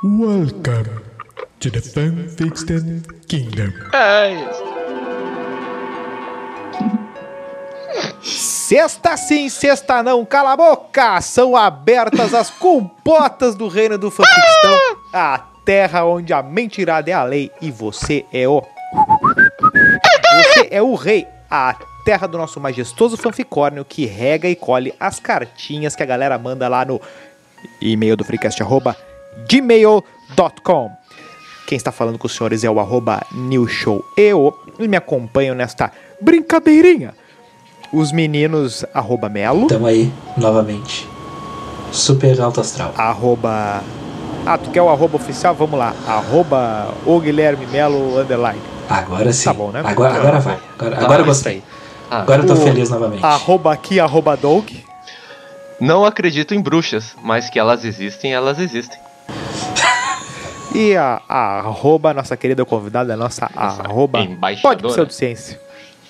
Welcome to the Fanfiction Kingdom. É isso. Sexta sim, sexta não, cala a boca! São abertas as compotas do reino do fanficção, a terra onde a mentirada é a lei e você é o... Você é o rei, a terra do nosso majestoso fanficórnio que rega e colhe as cartinhas que a galera manda lá no e-mail do freecast, @gmail.com. Quem está falando com os senhores é o @newshoweo e me acompanham nesta brincadeirinha os meninos @melo. Tamo aí, novamente. Super alto astral. Tu quer o oficial? Vamos lá. O Guilherme Melo _. Agora sim. Tá bom, né? Agora vai. Agora eu gostei. Agora eu tô feliz novamente. @Doug. Não acredito em bruxas, mas que elas existem, elas existem. E a nossa querida convidada, a nossa embaixadora. pode pseudociência.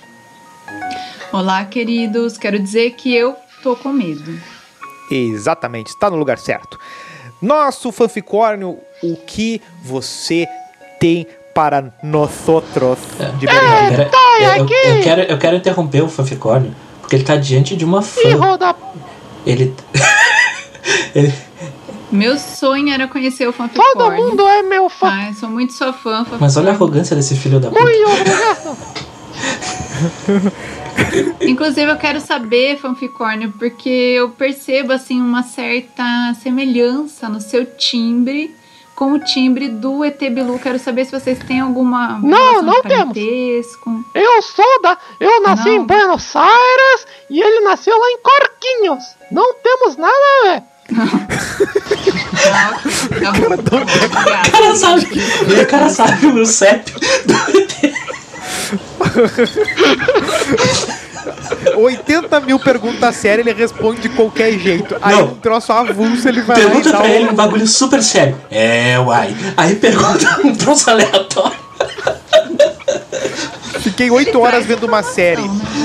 Olá, queridos. Quero dizer que eu tô com medo. Exatamente, está no lugar certo. Nosso fanficórnio, o que você tem para nosotros de verdade? Eu quero interromper o fanficórnio, porque ele tá diante de uma fã. Ele... Meu sonho era conhecer o fanficórnio. Todo mundo é meu fã. Ai, sou muito sua fã. Mas olha a arrogância desse filho da puta. Muito obrigado. Inclusive, eu quero saber, fanficórnio, porque eu percebo, assim, uma certa semelhança no seu timbre com o timbre do ET Bilu. Quero saber se vocês têm alguma Não temos. Eu nasci em Buenos Aires e ele nasceu lá em Corquinhos. Não temos nada a ver. O cara sabe o CEP do ET. 80 mil perguntas sérias, ele responde de qualquer jeito. Aí Não. um troço avulso, ele vai Pergunta lá pra e ele um bagulho super sério. Uai. Aí pergunta um troço aleatório. Fiquei 8 horas vendo uma série.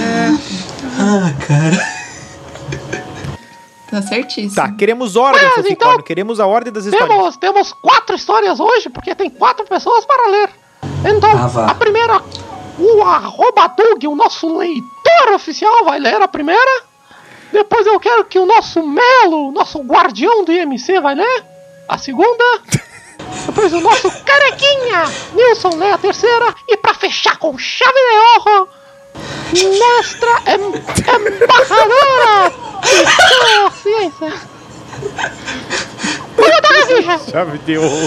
Cara. Tá certíssimo. Tá, queremos ordem, Mas, fanficórnio. então, Queremos a ordem das histórias. Temos 4 histórias hoje, porque tem 4 pessoas para ler. Então, vá. a primeira, o @Doug, o nosso leitor oficial, vai ler a primeira. Depois eu quero que o nosso Melo, o nosso guardião do IMC, vai ler a segunda. Depois o nosso carequinha, Nilson, lê a terceira. E pra fechar com chave de ouro, nossa embajadora de ciência. Olha da gavicha. Chave de ouro.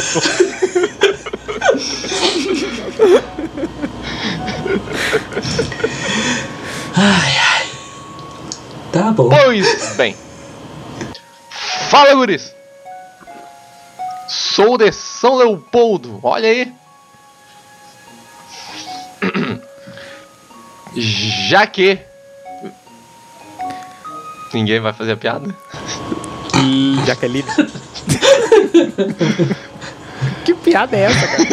Ai. Tá bom. Pois bem. Fala, guris. Sou de São Leopoldo. Olha aí. Já que... Ninguém vai fazer a piada? Jaqueline. Que piada é essa, cara?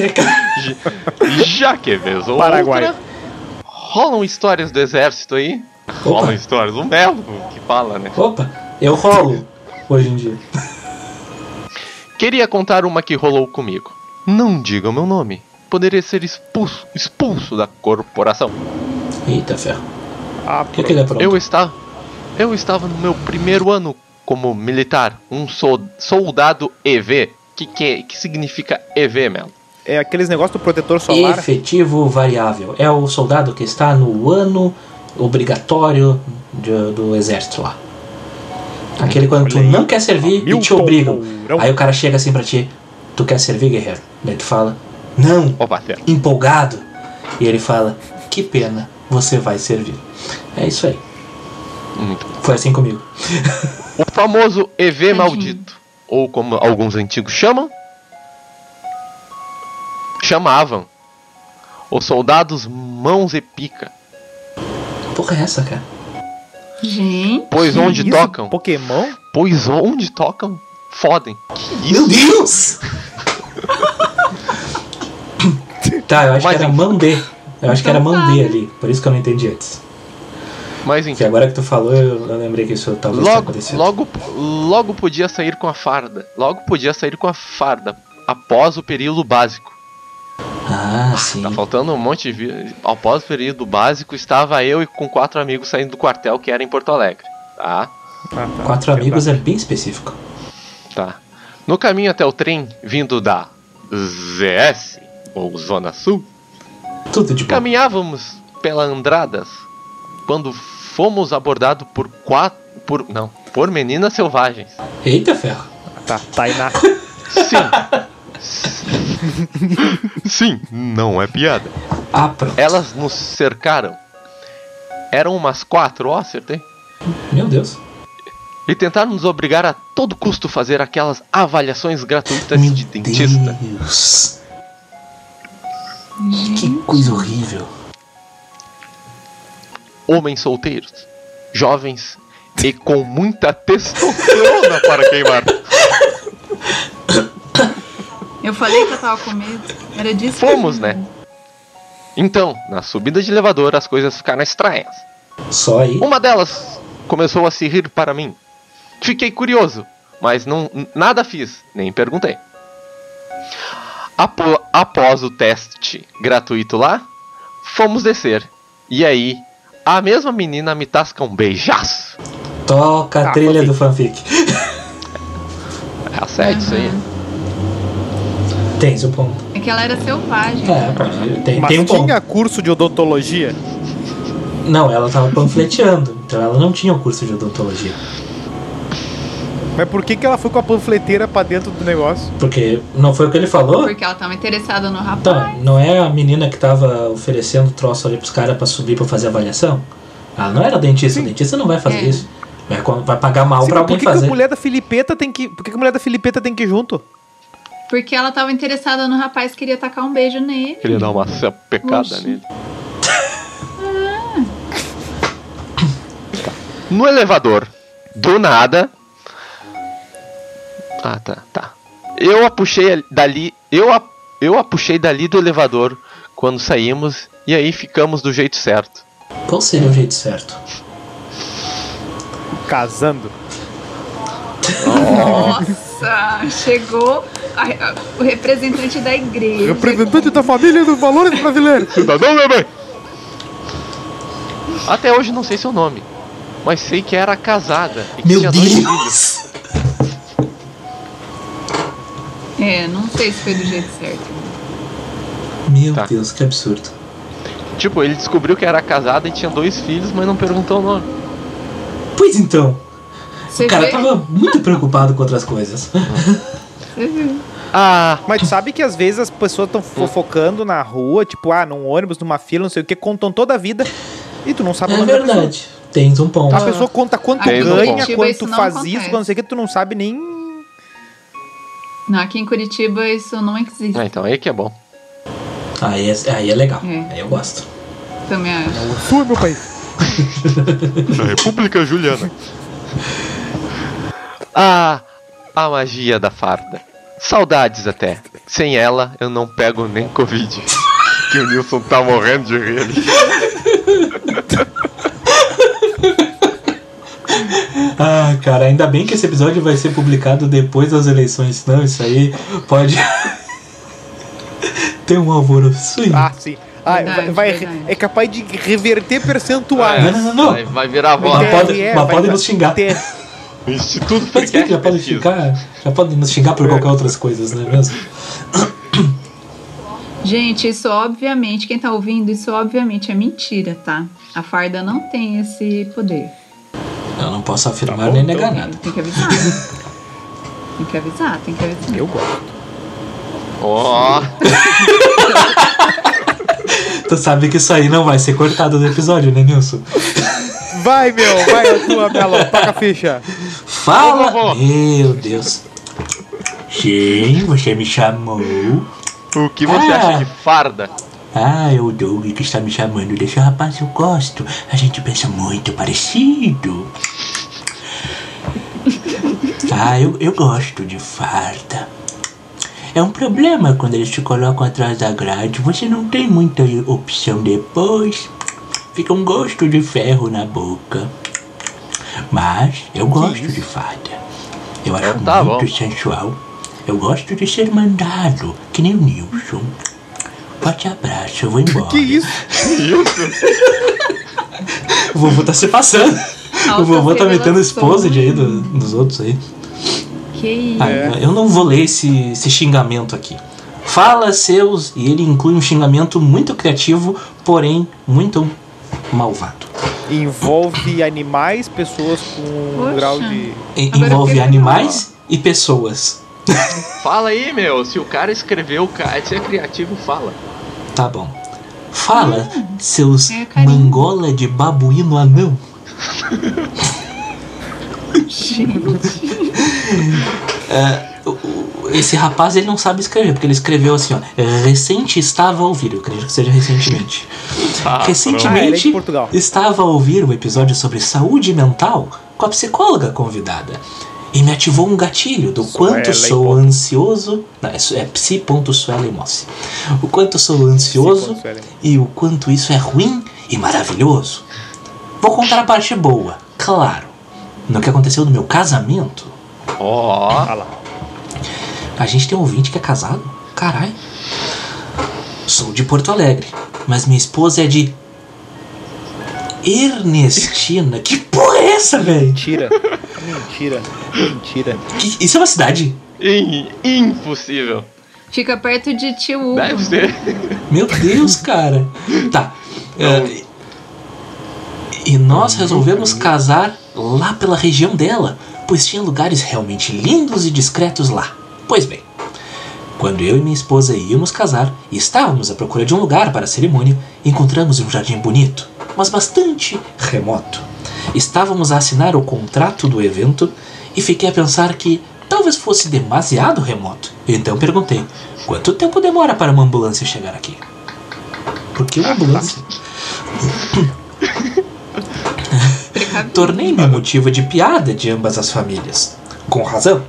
Já que vez ou Paraguai. outra, rolam histórias do exército aí. Rolam histórias do Melo que fala, né? Opa, eu rolo hoje em dia. Queria contar uma que rolou comigo. Não diga o meu nome. Poderia ser expulso da corporação. Eita ferro. O que ele é pronto? Eu estava no meu primeiro ano como militar. Um soldado EV. Que significa EV, Melo? É aqueles negócios do protetor solar. Efetivo variável. É o soldado que está no ano obrigatório do exército lá. Aquele quando tu não quer servir e te obrigam. Aí o cara chega assim pra ti: tu quer servir, guerreiro? Daí tu fala: não, empolgado. E ele fala: que pena, você vai servir. É isso aí. Foi assim comigo. O famoso EV maldito, ou como alguns antigos chamavam os soldados mãos e pica. Porra é essa, cara? Gente. Pois onde Isso, tocam? Pokémon? Pois onde tocam? Fodem. Que Meu isso? Deus! Tá, eu acho que era Mandê. Eu acho que era Mandê ali, por isso que eu não entendi antes. Mas Que enfim, agora que tu falou, eu lembrei que isso talvez tenha acontecido. logo podia sair com a farda. Logo podia sair com a farda após o período básico. Ah, sim. Tá faltando um monte de... Após o período básico, estava eu e com 4 amigos saindo do quartel, que era em Porto Alegre. Tá? 4 amigos é bem específico. Tá. No caminho até o trem, vindo da ZS, ou Zona Sul, Tudo de bom. caminhávamos pela Andradas, quando fomos abordados por meninas selvagens. Eita ferro. Tá, Tainá. Sim, não é piada. Ah, pronto. Elas nos cercaram. Eram umas 4, ó, acertei. Meu Deus. E tentaram nos obrigar a todo custo fazer aquelas avaliações gratuitas Meu de dentista. Deus. Que coisa horrível. Homens solteiros, jovens e com muita testosterona para queimar. Eu falei que eu tava com medo. Era disso. Fomos, né? Então, na subida de elevador, as coisas ficaram estranhas. Só aí. Uma delas começou a se rir para mim. Fiquei curioso, mas nada fiz, nem perguntei. Após o teste gratuito lá, fomos descer. E aí, a mesma menina me tasca um beijaço. Toca a trilha do fanfic. É assédio isso aí. Tens o ponto. É que ela era selvagem. Tem Mas um ponto. tinha curso de odontologia? Não, ela tava panfleteando. Então ela não tinha o curso de odontologia. Mas por que ela foi com a panfleteira pra dentro do negócio? Porque não foi o que ele falou? Porque ela tava interessada no rapaz. Então, não é a menina que tava oferecendo troço ali pros caras pra subir pra fazer avaliação? Ela não era dentista. O dentista não vai fazer isso. Vai pagar mal pra alguém por que fazer. que a mulher da Filipeta tem que... Por que a mulher da Filipeta tem que ir junto? Porque ela tava interessada no rapaz, queria tacar um beijo nele. Queria dar uma pecada Oxi. nele. No elevador, do nada. Ah, tá. Eu a puxei dali. Eu a puxei dali do elevador quando saímos. E aí ficamos do jeito certo. Qual seria o jeito certo? Casando. Nossa, chegou o representante da igreja. Representante da família dos valores brasileiros. Cidadão, meu bem! Até hoje não sei seu nome, mas sei que era casada e que Meu tinha 2 filhos. Deus! Não sei se foi do jeito certo. Meu Tá. Deus, que absurdo. Tipo, ele descobriu que era casada e tinha 2 filhos, mas não perguntou o nome. Pois então, Você o cara vê? tava muito preocupado com outras coisas. Você vê. Ah, Mas tu sabe que às vezes as pessoas estão fofocando na rua, tipo, num ônibus, numa fila, não sei o que, contam toda a vida e tu não sabe o É nome da pessoa. verdade. Tens um ponto. A pessoa conta quanto Aqui em ganha, Curitiba quanto isso não faz acontece. isso, não sei o que, tu não sabe nem... Não, aqui em Curitiba isso não existe. então aí que é bom. Aí é legal. É. Aí eu gosto. Também acho. O sul é meu país. Da República Juliana. Ah, a magia da farda. Saudades até. Sem ela, eu não pego nem Covid. Que o Nilson tá morrendo de rir ali. Ah, cara, ainda bem que esse episódio vai ser publicado depois das eleições, senão isso aí pode ter um alvoroço. Sim. Verdade. É capaz de reverter percentuais. Não. Vai virar voz. Mas podem nos xingar. Instituto Mas quem que já pode xingar? Já podem nos xingar por qualquer outras coisas, não é mesmo? Gente, isso obviamente, quem tá ouvindo, isso obviamente é mentira, tá? A farda não tem esse poder. Eu não posso afirmar nem negar nada. Tem que avisar. tem que avisar. Eu gosto. Ó, Tu sabe que isso aí não vai ser cortado do episódio, né, Nilson? Vai a tua, Melo, toca a ficha. Fala! vovô. Meu Deus. Sim, você me chamou. o que você acha de farda? Ah, é o Doug que está me chamando. Deixa, rapaz, eu gosto. A gente pensa muito parecido. Eu gosto de farda. É um problema quando eles te colocam atrás da grade. Você não tem muita opção depois. fica um gosto de ferro na boca. Mas eu gosto de fada. Eu acho muito sensual. Eu gosto de ser mandado, que nem o Nilson. Forte abraço, eu vou embora. Que isso? O vovô tá se passando. O vovô tá metendo esposa de aí dos outros aí. Que isso? Eu não vou ler esse xingamento aqui. Fala seus... E ele inclui um xingamento muito criativo, porém muito malvado. Envolve animais, pessoas com um grau de... Envolve animais e pessoas. Fala aí, meu. Se o cara escreveu, se é criativo, fala. Tá bom. Fala, seus mangola de babuíno anão. Esse rapaz, ele não sabe escrever, porque ele escreveu assim, ó. Recente estava a ouvir, eu acredito que seja recentemente. Recentemente estava a ouvir um episódio sobre saúde mental com a psicóloga convidada. E me ativou um gatilho do quanto sou ansioso. Não, é psi.suelemossi. O quanto sou ansioso e o quanto isso é ruim e maravilhoso. Vou contar a parte boa, claro. No que aconteceu no meu casamento. A gente tem um ouvinte que é casado? Caralho. Sou de Porto Alegre, mas minha esposa é de Ernestina. Que porra é essa, velho? Mentira. Isso é uma cidade? Impossível. Fica perto de Tio. Deve ser. Meu Deus, cara. Tá. E nós resolvemos casar lá pela região dela, pois tinha lugares realmente lindos e discretos lá. Pois bem, quando eu e minha esposa íamos casar e estávamos à procura de um lugar para a cerimônia, encontramos um jardim bonito, mas bastante remoto. Estávamos a assinar o contrato do evento e fiquei a pensar que talvez fosse demasiado remoto. Então perguntei, quanto tempo demora para uma ambulância chegar aqui? Por que uma ambulância? Tornei-me motivo de piada de ambas as famílias. Com razão.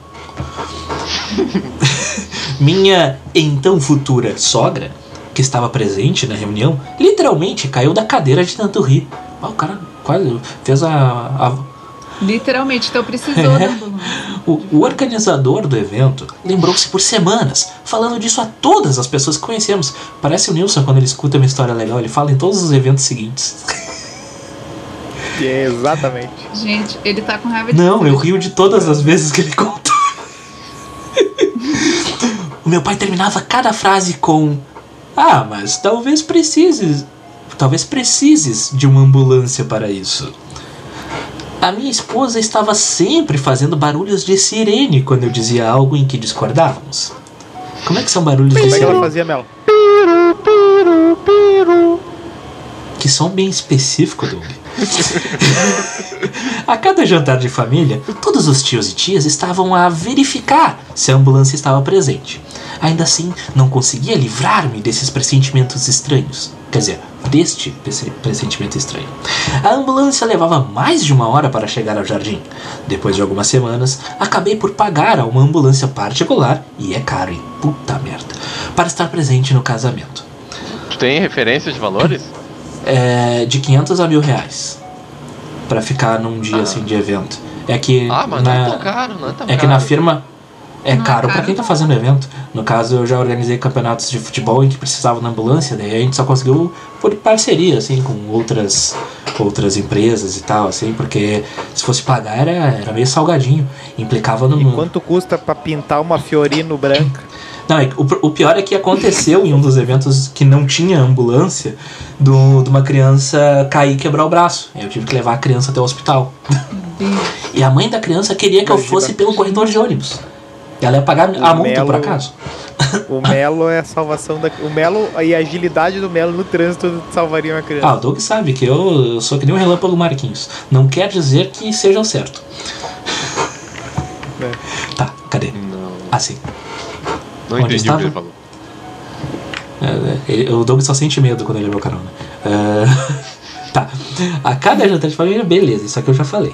Minha então futura sogra, que estava presente na reunião, literalmente caiu da cadeira de tanto rir. O cara quase fez Literalmente, então precisou da ambulância. O organizador do evento lembrou-se por semanas, falando disso a todas as pessoas que conhecemos. Parece o Nilson quando ele escuta uma história legal, ele fala em todos os eventos seguintes. Exatamente. Gente, ele tá com raiva de... Não, eu rio de todas as vezes que ele conta. O meu pai terminava cada frase com: mas talvez precises de uma ambulância para isso. A minha esposa estava sempre fazendo barulhos de sirene quando eu dizia algo em que discordávamos. Como é que são barulhos de sirene? Como é que ela fazia, Mel? Que som bem específico, Doug. A cada jantar de família, todos os tios e tias estavam a verificar se a ambulância estava presente. Ainda assim, não conseguia livrar-me desses pressentimentos estranhos. Quer dizer, deste pressentimento estranho. A ambulância levava mais de 1 hora para chegar ao jardim. Depois de algumas semanas, acabei por pagar a uma ambulância particular, e é caro, hein? Puta merda, para estar presente no casamento. Tu tem referência de valores? De 500 a 1.000 reais pra ficar num dia assim de evento. É que mas não é tão caro, não é tão caro. Que na firma Não é caro pra caro, quem tá não. fazendo evento. No caso, eu já organizei campeonatos de futebol em que precisava na ambulância, daí a gente só conseguiu por parceria, assim, com outras empresas e tal, assim, porque se fosse pagar era meio salgadinho. Implicava no... E quanto custa pra pintar uma Fiorino branca? Não, o pior é que aconteceu em um dos eventos que não tinha ambulância, de uma criança cair e quebrar o braço. Eu tive que levar a criança até o hospital. E a mãe da criança queria que eu fosse pelo corredor de ônibus. Ela ia pagar a multa, por acaso. O Melo é a salvação da... O Melo e a agilidade do Melo no trânsito salvariam a criança. O Doug sabe que eu sou que nem um relâmpago Marquinhos. Não quer dizer que seja o certo. Tá, cadê? Não. Assim. Não Onde entendi o estava? que ele falou. O Doug só sente medo quando ele leva o carona. Tá. A cada jantar de família, beleza, isso aqui eu já falei.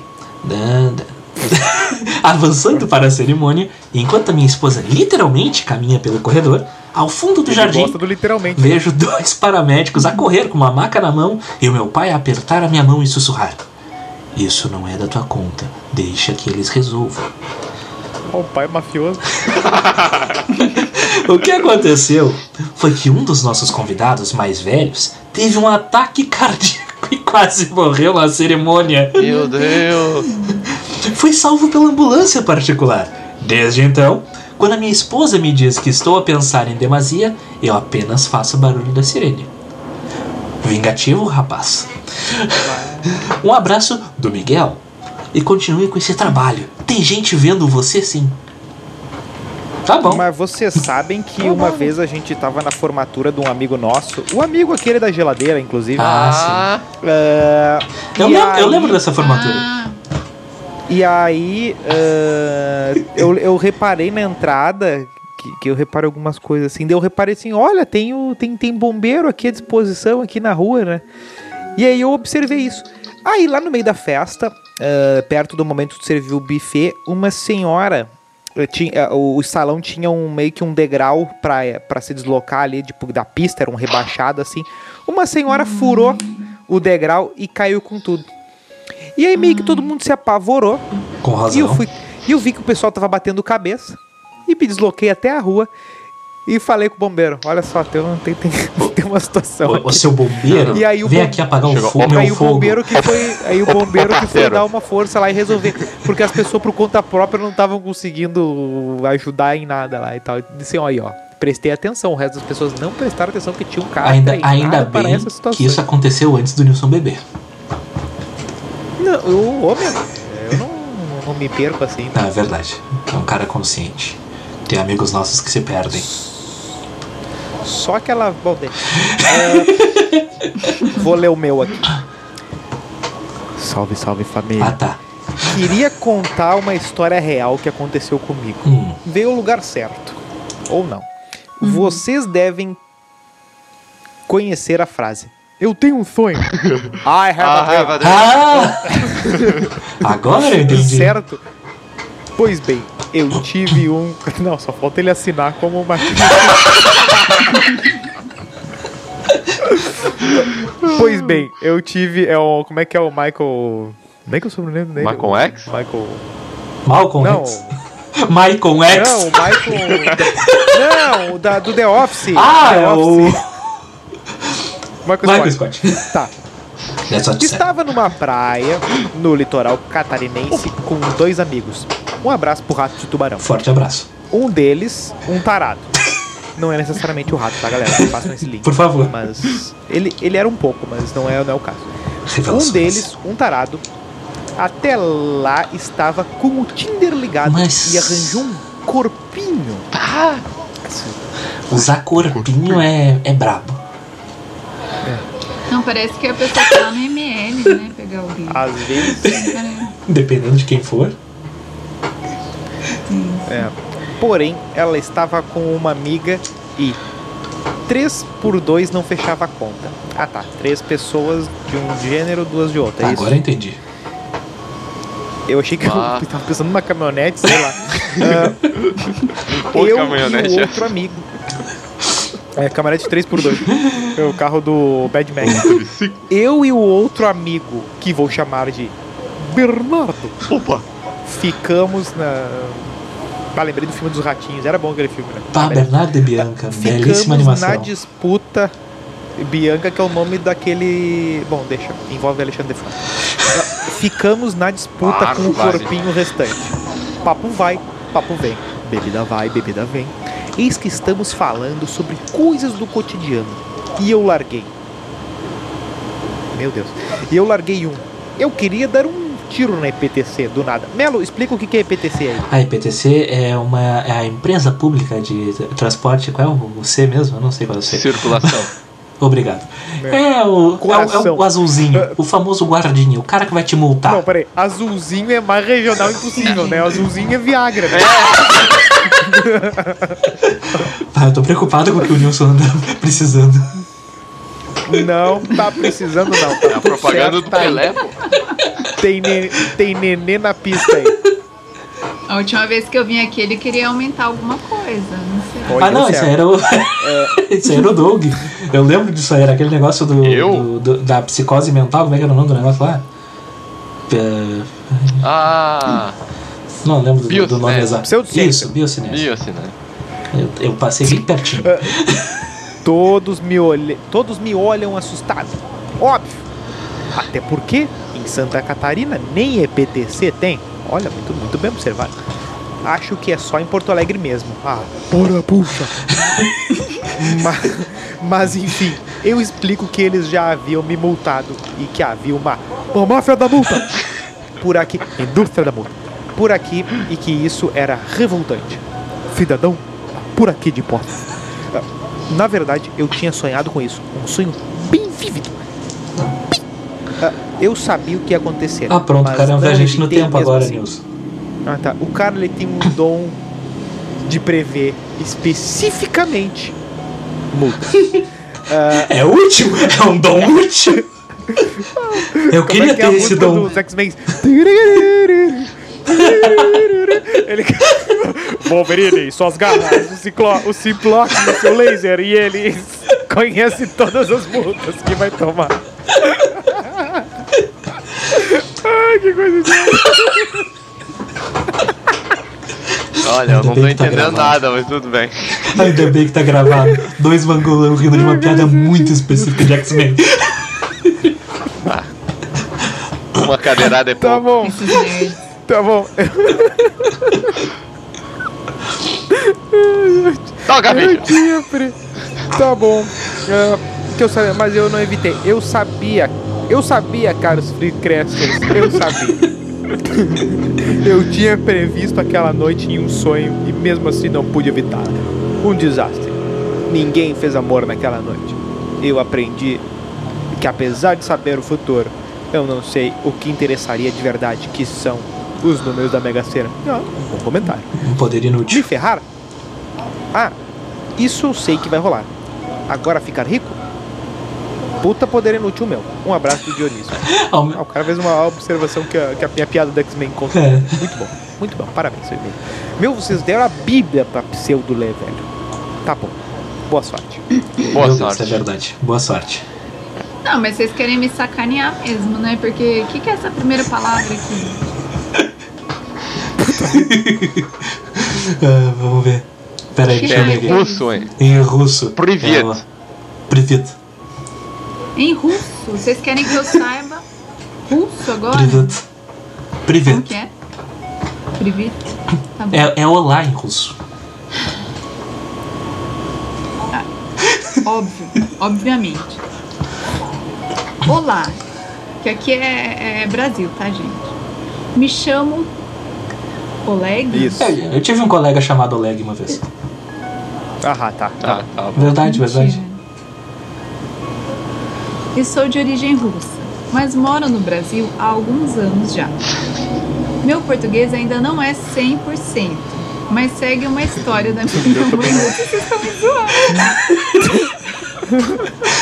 Avançando para a cerimônia, enquanto a minha esposa literalmente caminha pelo corredor, Ao fundo do Ele jardim, gosta do literalmente. vejo 2 paramédicos a correr com uma maca na mão e o meu pai a apertar a minha mão e sussurrar: isso não é da tua conta, deixa que eles resolvam. Ó, o pai mafioso. O que aconteceu foi que um dos nossos convidados mais velhos teve um ataque cardíaco e quase morreu na cerimônia. Meu Deus. Fui salvo pela ambulância particular. Desde então, quando a minha esposa me diz que estou a pensar em demasia, eu apenas faço barulho da sirene. Vingativo, rapaz. Um abraço do Miguel. E continue com esse trabalho. Tem gente vendo você sim. Tá bom. Mas vocês sabem que uma vez a gente tava na formatura de um amigo nosso, o amigo aquele da geladeira, inclusive. Ah, Eu lembro dessa formatura. Ah, E aí, eu reparei na entrada, que eu reparei algumas coisas assim, daí eu reparei assim, olha, tem bombeiro aqui à disposição, aqui na rua, né? E aí eu observei isso. Aí lá no meio da festa, perto do momento de servir o buffet, uma senhora, o salão tinha meio que um degrau pra se deslocar ali, tipo, da pista, era um rebaixado assim. Uma senhora furou o degrau e caiu com tudo. E aí meio que todo mundo se apavorou. Com razão. E eu vi que o pessoal tava batendo cabeça. E me desloquei até a rua. E falei com o bombeiro. Olha só, tem uma situação O aqui. seu bombeiro E aí o vem bom- aqui apagar o Chegou. fogo, Aí meu o fogo. bombeiro que foi parceiro. dar uma força lá e resolver. Porque as pessoas por conta própria não estavam conseguindo ajudar em nada lá e tal. Disse, ó, prestei atenção. O resto das pessoas não prestaram atenção porque tinha um cara Ainda treinado para bem essa situação. que isso aconteceu antes do Nilson beber. Não, eu não me perco assim. Não, é verdade. É um cara consciente. Tem amigos nossos que se perdem. Só aquela... Bom, vou ler o meu aqui. Salve, salve família. Ah, tá. Queria contar uma história real que aconteceu comigo. Veio o lugar certo. Ou não. Vocês devem conhecer a frase. Eu tenho um sonho. I have a dream. Ah! Agora eu entendi. Certo? Pois bem, eu tive um... Não, só falta ele assinar como uma... Pois bem, eu tive... Como é que é o Michael... Como é que é o sobrenome dele? Michael X? Michael... Malcolm Não. X. Michael X. Não, o Michael... Não, do The Office. Ah, The é Office. Michael Scott. Tá. That's what you said. Estava numa praia, no litoral catarinense, com 2 amigos. Um abraço pro rato de tubarão. Forte abraço. Um deles, um tarado. Não é necessariamente o rato, tá, galera? Não façam esse link. Por favor. Mas ele era um pouco, mas não é o caso. Revelações. Um deles, um tarado, até lá estava com o Tinder ligado Mas- e arranjou um corpinho. Usar corpinho é brabo. não, parece que a pessoa tá lá no ML, né? Pegar o vídeo. Às vezes, Dependendo de quem for. é. Porém, ela estava com uma amiga e 3 por 2 não fechava a conta. Ah tá, 3 pessoas de um gênero, 2 de outro, é Agora eu isso? entendi. Eu achei que eu tava pensando numa caminhonete, sei lá. Pô, Eu caminhonete, e o é. outro amigo. É, caminhonete 3x2. É o carro do Bad Mac. Eu e o outro amigo, que vou chamar de Bernardo, Opa! ficamos na... Ah, lembrei do filme dos ratinhos. Era bom aquele filme, né? Pá, Bernardo e Bianca. Belíssima Ficamos animação. na disputa. Bianca, que é o nome daquele... Bom, deixa. Envolve Alexandre Frota. Ficamos na disputa com o corpinho restante. Papo vai, papo vem. Bebida vai, bebida vem. Eis que estamos falando sobre coisas do cotidiano. E eu larguei. Meu Deus. E eu larguei um. Eu queria dar um tiro na EPTC, do nada. Melo, explica o que é EPTC aí. A EPTC é a empresa pública de transporte. Qual é o C mesmo? Eu não sei qual é o C. Circulação. Obrigado. É o Coração. azulzinho. O famoso guardinha. O cara que vai te multar. Não, peraí. Azulzinho é mais regional impossível, né? Azulzinho é Viagra, né? Eu tô preocupado com o que o Nilson anda precisando. Não tá precisando, não. É a propaganda do Tá aí. Pelé, pô. Tem nenê na pista aí. A última vez que eu vim aqui, ele queria aumentar alguma coisa. Não sei. Pode Não, ser. isso aí era o. Isso aí era o Doug. Eu lembro disso aí, era aquele negócio da psicose mental, como é que era o nome do negócio lá? Não lembro do nome exato. Pseudocinese. Isso, biocinese. Biocinese. Eu passei bem pertinho. Todos me olham assustado. Óbvio. Até porque em Santa Catarina nem EPTC tem. Olha, muito bem observado. Acho que é só em Porto Alegre mesmo. Bora, puxa. Mas enfim, eu explico que eles já haviam me multado e que havia uma máfia da multa por aqui, indústria da multa por aqui, e que isso era revoltante. Cidadão, por aqui de porta. Na verdade, eu tinha sonhado com isso. Um sonho bem vívido. Eu sabia o que ia acontecer. Pronto, o cara é um viajante no tempo agora, assim. Nilson. Tá. O cara, ele tem um dom de prever especificamente multas. É útil? É um dom útil? Eu queria ter esse dom. Dos X-Men. Ele... Wolverine, suas garras, o Ciclope no seu laser, e ele conhece todas as multas que vai tomar. Ai, que coisa de... Olha, eu não tô entendendo nada, mas tudo bem. Ainda bem que tá gravado. 2 mangolão rindo de uma piada muito específica de X-Men. Uma cadeirada é pouco. Tá bom. Tá bom. Toca, bicho. Tá bom. Que eu sabia, mas eu não evitei. Eu sabia, caros Freecrasters. Eu sabia. Eu tinha previsto aquela noite em um sonho e mesmo assim não pude evitar. Um desastre. Ninguém fez amor naquela noite. Eu aprendi que apesar de saber o futuro, eu não sei o que interessaria de verdade, que são os números da Mega Sena. Um bom comentário. Um poder inútil. Me ferrar? Isso eu sei que vai rolar. Agora ficar rico? Puta poder inútil meu. Um abraço do Dionísio. O cara fez uma observação que a minha piada do X-Men conta. Muito bom, parabéns. Vocês deram a Bíblia pra pseudo-lé, velho. Tá bom, boa sorte. Boa sorte. Isso é verdade, boa sorte. Não, mas vocês querem me sacanear mesmo, né? Porque o que é essa primeira palavra aqui? Vamos ver. Peraí, deixa eu ver aqui. Em russo, hein? Em russo. Privet. Privet. Em russo? Vocês querem que eu saiba russo agora? Privet. Como que é? Privet? Tá bom. É olá em russo. Obviamente. Olá, que aqui é Brasil, tá, gente? Me chamo Oleg. Isso. Eu tive um colega chamado Oleg uma vez. Tá. Tá bom. Verdade. E sou de origem russa, mas moro no Brasil há alguns anos já. Meu português ainda não é 100%, mas segue uma história da minha mãe. Vocês estão me zoando.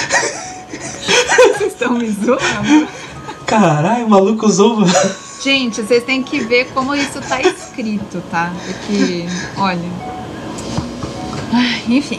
Vocês estão me zoando. Caralho, o maluco usou. Gente, vocês têm que ver como isso tá escrito, tá? Porque, olha... Enfim...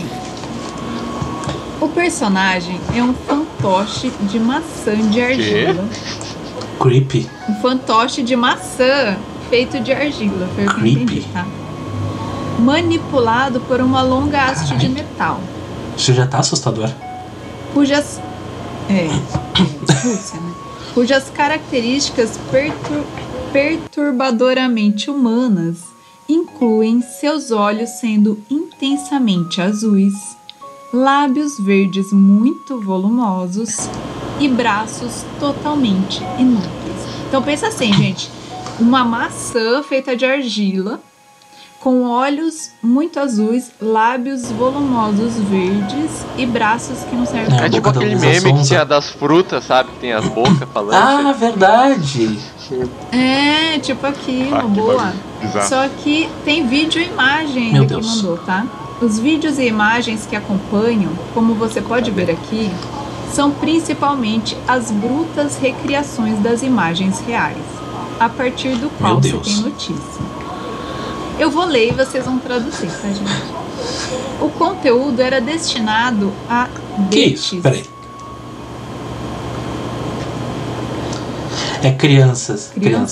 O personagem é um fantoche de maçã de argila. Creepy. Um fantoche de maçã feito de argila, foi o que eu entendi, tá? Manipulado por uma longa haste de metal. Isso já tá assustador. Cujas... Rússia, né? Cujas características perturbadoramente humanas incluem seus olhos sendo intensamente azuis, lábios verdes muito volumosos e braços totalmente inúteis. Então pensa assim, gente, uma maçã feita de argila, com olhos muito azuis, lábios volumosos verdes e braços que não servem pra É tipo aquele meme que tinha das frutas, sabe? Que tem as bocas falando. Ah, verdade. É, tipo aquilo, boa. Só que tem vídeo e imagem Meu que Deus. mandou, tá? Os vídeos e imagens que acompanham, como você pode ver aqui, são principalmente as brutas recriações das imagens reais, a partir do qual Meu você Deus. tem notícia. Eu vou ler e vocês vão traduzir, tá, gente? O conteúdo era destinado a Que isso? Peraí. É crianças.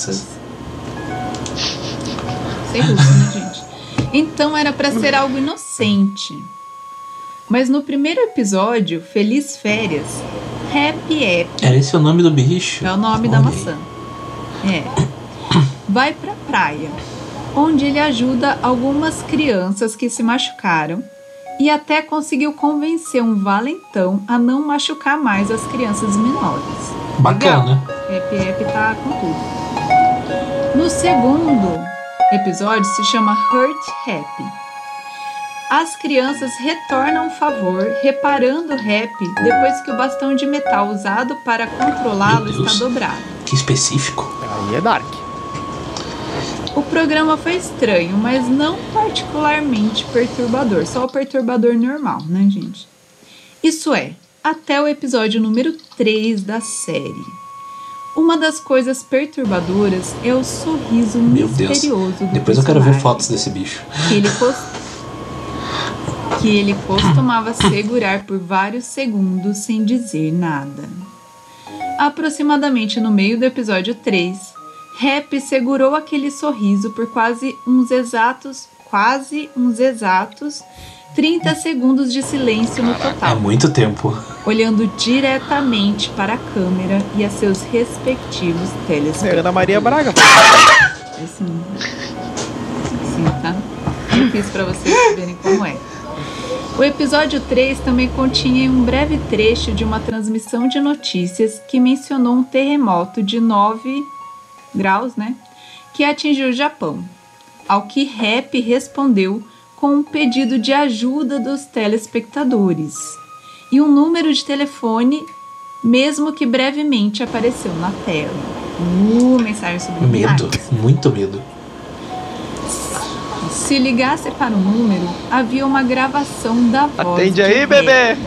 Sei russo, né, gente? Então era pra ser algo inocente. Mas no primeiro episódio, Feliz Férias, Happy App, Era esse o nome do bicho? é o nome da Olha aí. maçã, vai pra praia, onde ele ajuda algumas crianças que se machucaram e até conseguiu convencer um valentão a não machucar mais as crianças menores. Bacana. Happy App tá com tudo. No segundo episódio se chama Hurt Happy. As crianças retornam o favor reparando o Happy depois que o bastão de metal usado para controlá-lo Meu Deus. está dobrado. Que específico. Aí é Dark. O programa foi estranho, mas não particularmente perturbador. Só o perturbador normal, né, gente? Isso é, até o episódio número 3 da série. Uma das coisas perturbadoras é o sorriso Meu Deus. misterioso do Depois eu quero ver personagem, fotos desse bicho. que ele costumava segurar por vários segundos sem dizer nada. Aproximadamente no meio do episódio 3, Happy segurou aquele sorriso por quase uns exatos 30 segundos de silêncio no É total, muito tempo. olhando diretamente para a câmera e a seus respectivos É telespectadores. Ana Maria Braga. Assim, tá? Eu fiz pra vocês verem como é. O episódio 3 também continha um breve trecho de uma transmissão de notícias que mencionou um terremoto de 9 graus, né? Que atingiu o Japão. Ao que Happy respondeu com um pedido de ajuda dos telespectadores e um número de telefone, mesmo que brevemente apareceu na tela. Mensagem subliminar. Medo. Muito medo. Se ligasse para o número, havia uma gravação da voz. Atende de aí, Happy, bebê!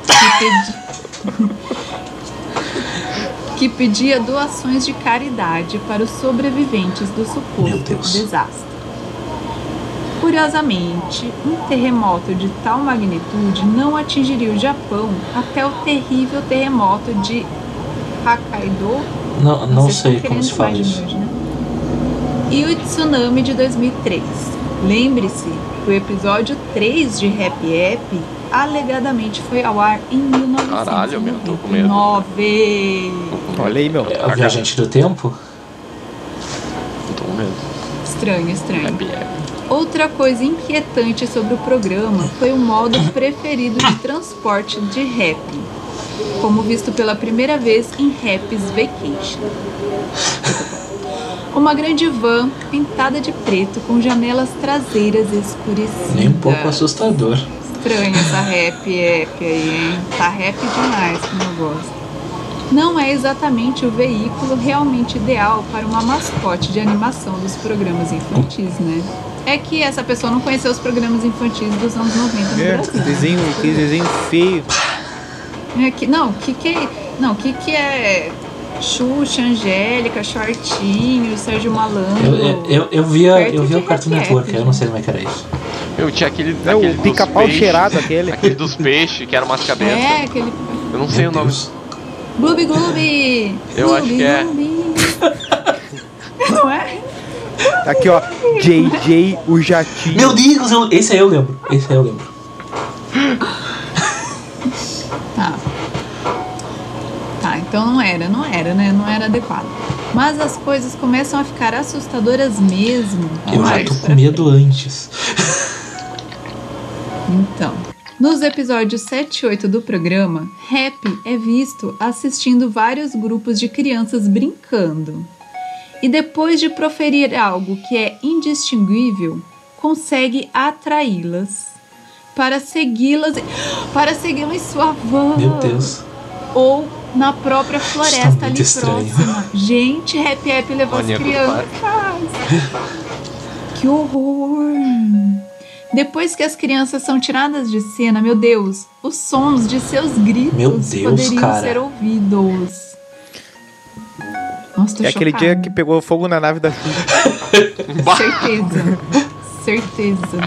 que pedia doações de caridade para os sobreviventes do Meu suposto Deus. desastre. Curiosamente, um terremoto de tal magnitude não atingiria o Japão até o terrível terremoto de Hokkaido. Não Vocês sei estão como se querendo fala mais de isso. hoje, né? E o tsunami de 2003. Lembre-se que o episódio 3 de Happy App alegadamente foi ao ar em 1999. Caralho, meu, tô com medo. Olha aí, meu. É o Viajante do Tempo? Tô com medo. Estranho, estranho. Happy App. Outra coisa inquietante sobre o programa foi o modo preferido de transporte de Happy, como visto pela primeira vez em Happy's Vacation. Uma grande van pintada de preto com janelas traseiras escurecidas. Nem um pouco assustador. Estranho essa Happy App aí, hein? Tá happy demais como eu gosto. Não é exatamente o veículo realmente ideal para uma mascote de animação dos programas infantis, né? É que essa pessoa não conheceu os programas infantis dos anos 90 no Brasil. Que desenho feio. Que é Xuxa, Angélica, Shortinho, Sérgio Malandro. Eu via Perto de o Cartoon Happy Network, App, eu não sei como é que era isso. Eu tinha aquele É o dos pica-pau peixes, cheirado aquele. Aquele dos peixes, que era umas cabeças. É, aquele... Eu não sei o nome. Deus. Gloob Gloob! Eu acho que é. Não é? Aqui, ó. JJ, o Jatinho. Meu Deus, esse aí eu lembro. Tá, então não era, né? Não era adequado. Mas as coisas começam a ficar assustadoras mesmo. Eu já tô com medo antes. Então, nos episódios 7 e 8 do programa, Happy é visto assistindo vários grupos de crianças brincando. E depois de proferir algo que é indistinguível, consegue atraí-las para segui-las em sua van. Meu Deus. Ou na própria floresta Está muito ali estranho. próxima. Gente, Happy App levou as Maníaco do crianças. Que horror! Depois que as crianças são tiradas de cena, meu Deus, os sons de seus gritos Meu Deus, poderiam cara. ser ouvidos. Nossa, tô É aquele chocada. dia que pegou fogo na nave da Xuxa. Certeza. certeza.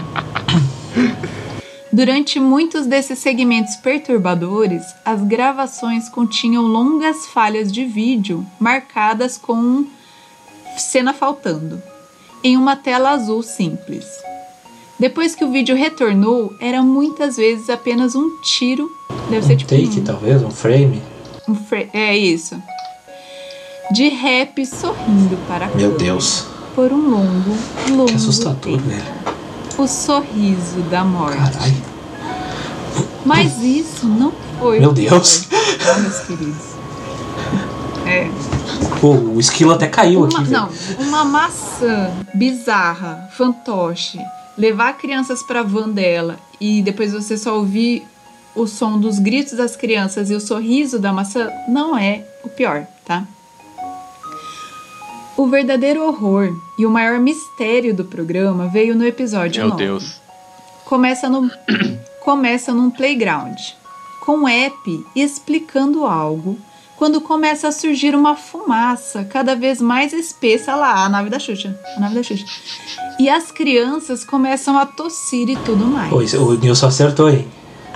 Durante muitos desses segmentos perturbadores, as gravações continham longas falhas de vídeo marcadas com cena faltando, em uma tela azul simples. Depois que o vídeo retornou, era muitas vezes apenas um tiro, deve ser tipo take, talvez, um frame. É isso. De Happy sorrindo para a Meu câmera Deus. por um longo Que assustador, tempo. velho. O sorriso da morte. Caralho. Mas isso não foi. Meu Deus. Tá, meus queridos? É. Pô, o esquilo até caiu aqui, velho. Não, uma maçã bizarra, fantoche, levar crianças pra van dela e depois você só ouvir o som dos gritos das crianças e o sorriso da maçã não é o pior, tá? O verdadeiro horror e o maior mistério do programa veio no episódio 9. Meu Deus. Começa num playground, com o app explicando algo, quando começa a surgir uma fumaça cada vez mais espessa lá, a nave da Xuxa. E as crianças começam a tossir e tudo mais. Pô, o Nilson acertou, hein?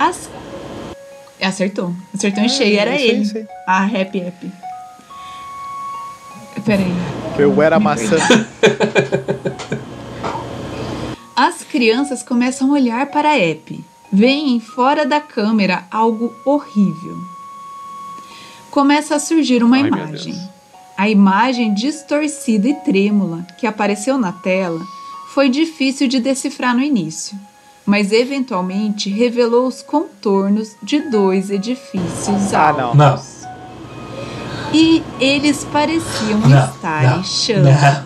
Acertou em cheio, era ele. Isso aí. A Happy App. Peraí. Eu era maçã. As crianças começam a olhar para a app. Veem fora da câmera algo horrível. Começa a surgir uma Ai, meu imagem. Deus. A imagem distorcida e trêmula que apareceu na tela foi difícil de decifrar no início, mas eventualmente revelou os contornos de 2 edifícios Ah, não. altos. E eles pareciam estar em chamas.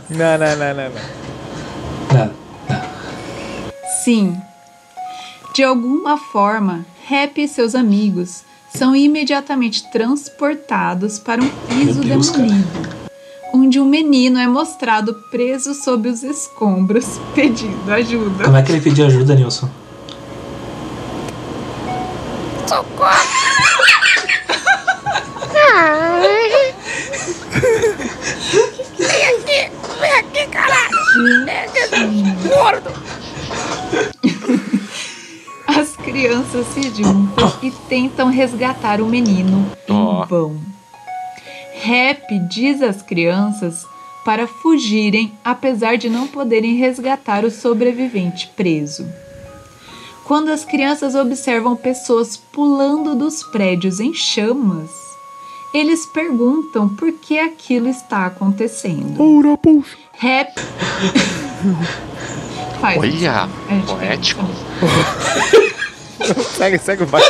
Não. Sim. De alguma forma, Happy e seus amigos são imediatamente transportados para um piso Meu Deus, demolido, onde um menino é mostrado preso sob os escombros, pedindo ajuda. Como é que ele pediu ajuda, Nilson? As crianças se juntam e tentam resgatar o menino em vão. Happy diz às crianças para fugirem, apesar de não poderem resgatar o sobrevivente preso. Quando as crianças observam pessoas pulando dos prédios em chamas, eles perguntam por que aquilo está acontecendo. Ora, poxa. Happy... Faz, Olha, a gente poético. Segue, vai.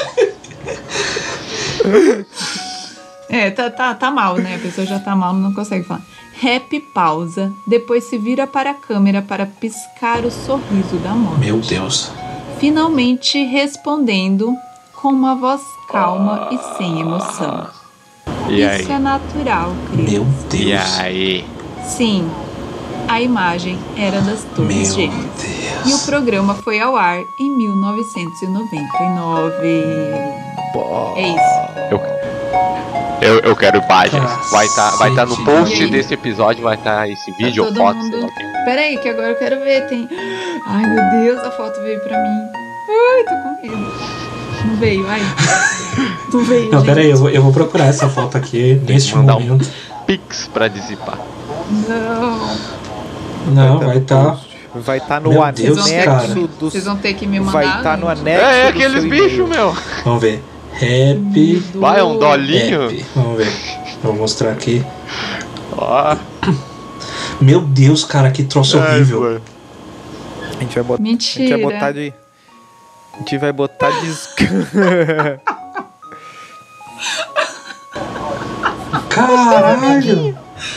Tá mal, né? A pessoa já tá mal, não consegue falar. Happy pausa, depois se vira para a câmera para piscar o sorriso da morte. Meu Deus. Finalmente respondendo com uma voz calma e sem emoção. E aí? Isso é natural, Cris. Meu E Deus. aí? Sim, a imagem era das Torres Meu Gêmeas. Deus. E o programa foi ao ar em 1999. É isso. Eu quero imagens. Vai tá no Cacete. post E aí? desse episódio, vai estar esse vídeo ou Todo foto, mundo... sei lá o quê. Pera aí, que agora eu quero ver. Tem... Ai, meu Deus, a foto veio pra mim. Ai, tô com medo. Não veio, ai. Não veio, Não, gente. pera aí, eu vou procurar essa foto aqui neste mandar momento. Pix pra dissipar. Não. Não, vai estar. Vai estar no Meu anexo Deus, cara. do... Vocês vão ter que me mandar. Vai estar no gente. anexo É do aqueles seu bichos, e-mail. meu. Vamos ver. Happy. Vai, é um dolinho. Happy. Vamos ver. Vou mostrar aqui. Ó. Meu Deus, cara, que troço horrível. A gente vai botar... Mentira. A gente vai botar de... A gente vai botar de... Caralho!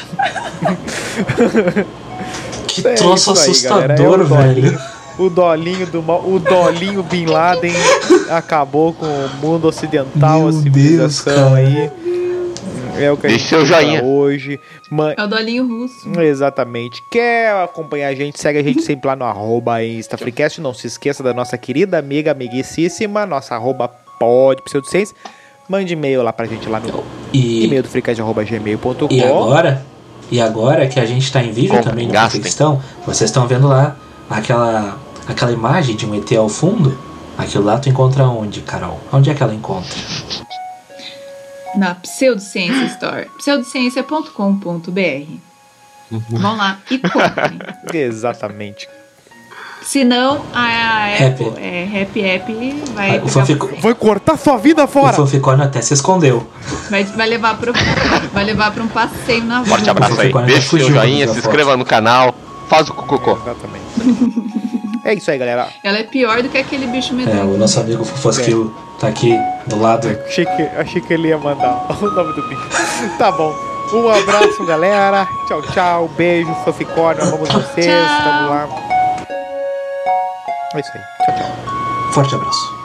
Que troço isso aí, assustador, galera. É o velho. dolinho. O dolinho do mal, o dolinho Bin Laden acabou com o mundo ocidental, Meu a civilização Deus, cara. aí. É o que a Deixa gente seu tem pra joinha. hoje. É o dolinho russo. Exatamente. Quer acompanhar a gente? Segue a gente sempre lá no @InstaFreecast. Não se esqueça da nossa querida amiga, amiguíssima, nossa @podpseudociência. Mande e-mail lá pra gente lá no e-mail do freecast@gmail.com. E agora que a gente tá em vídeo Comprem, também no gastem. Freecastão, vocês estão vendo lá aquela imagem de um ET ao fundo, aquilo lá tu encontra onde, Carol? Onde é que ela encontra? Na Pseudociência Store, pseudociência.com.br. Vão lá e comprem. Exatamente. Senão a Apple, Happy App vai Vai cortar sua vida fora. O fanficórnio até se escondeu. vai levar pra um passeio na rua. Forte abraço aí. Deixa o seu joinha, se inscreva no canal, faz o cocô. Exatamente. É isso aí, galera. Ela é pior do que aquele bicho medonho. O nosso amigo Fofosquilo tá aqui do lado. Achei que ele ia mandar o nome do bicho. Tá bom. Um abraço, galera. Tchau, tchau. Beijo, fanficórnio. Amamos vocês. Tchau. Tamo lá. É isso aí. Tchau, tchau. Forte abraço.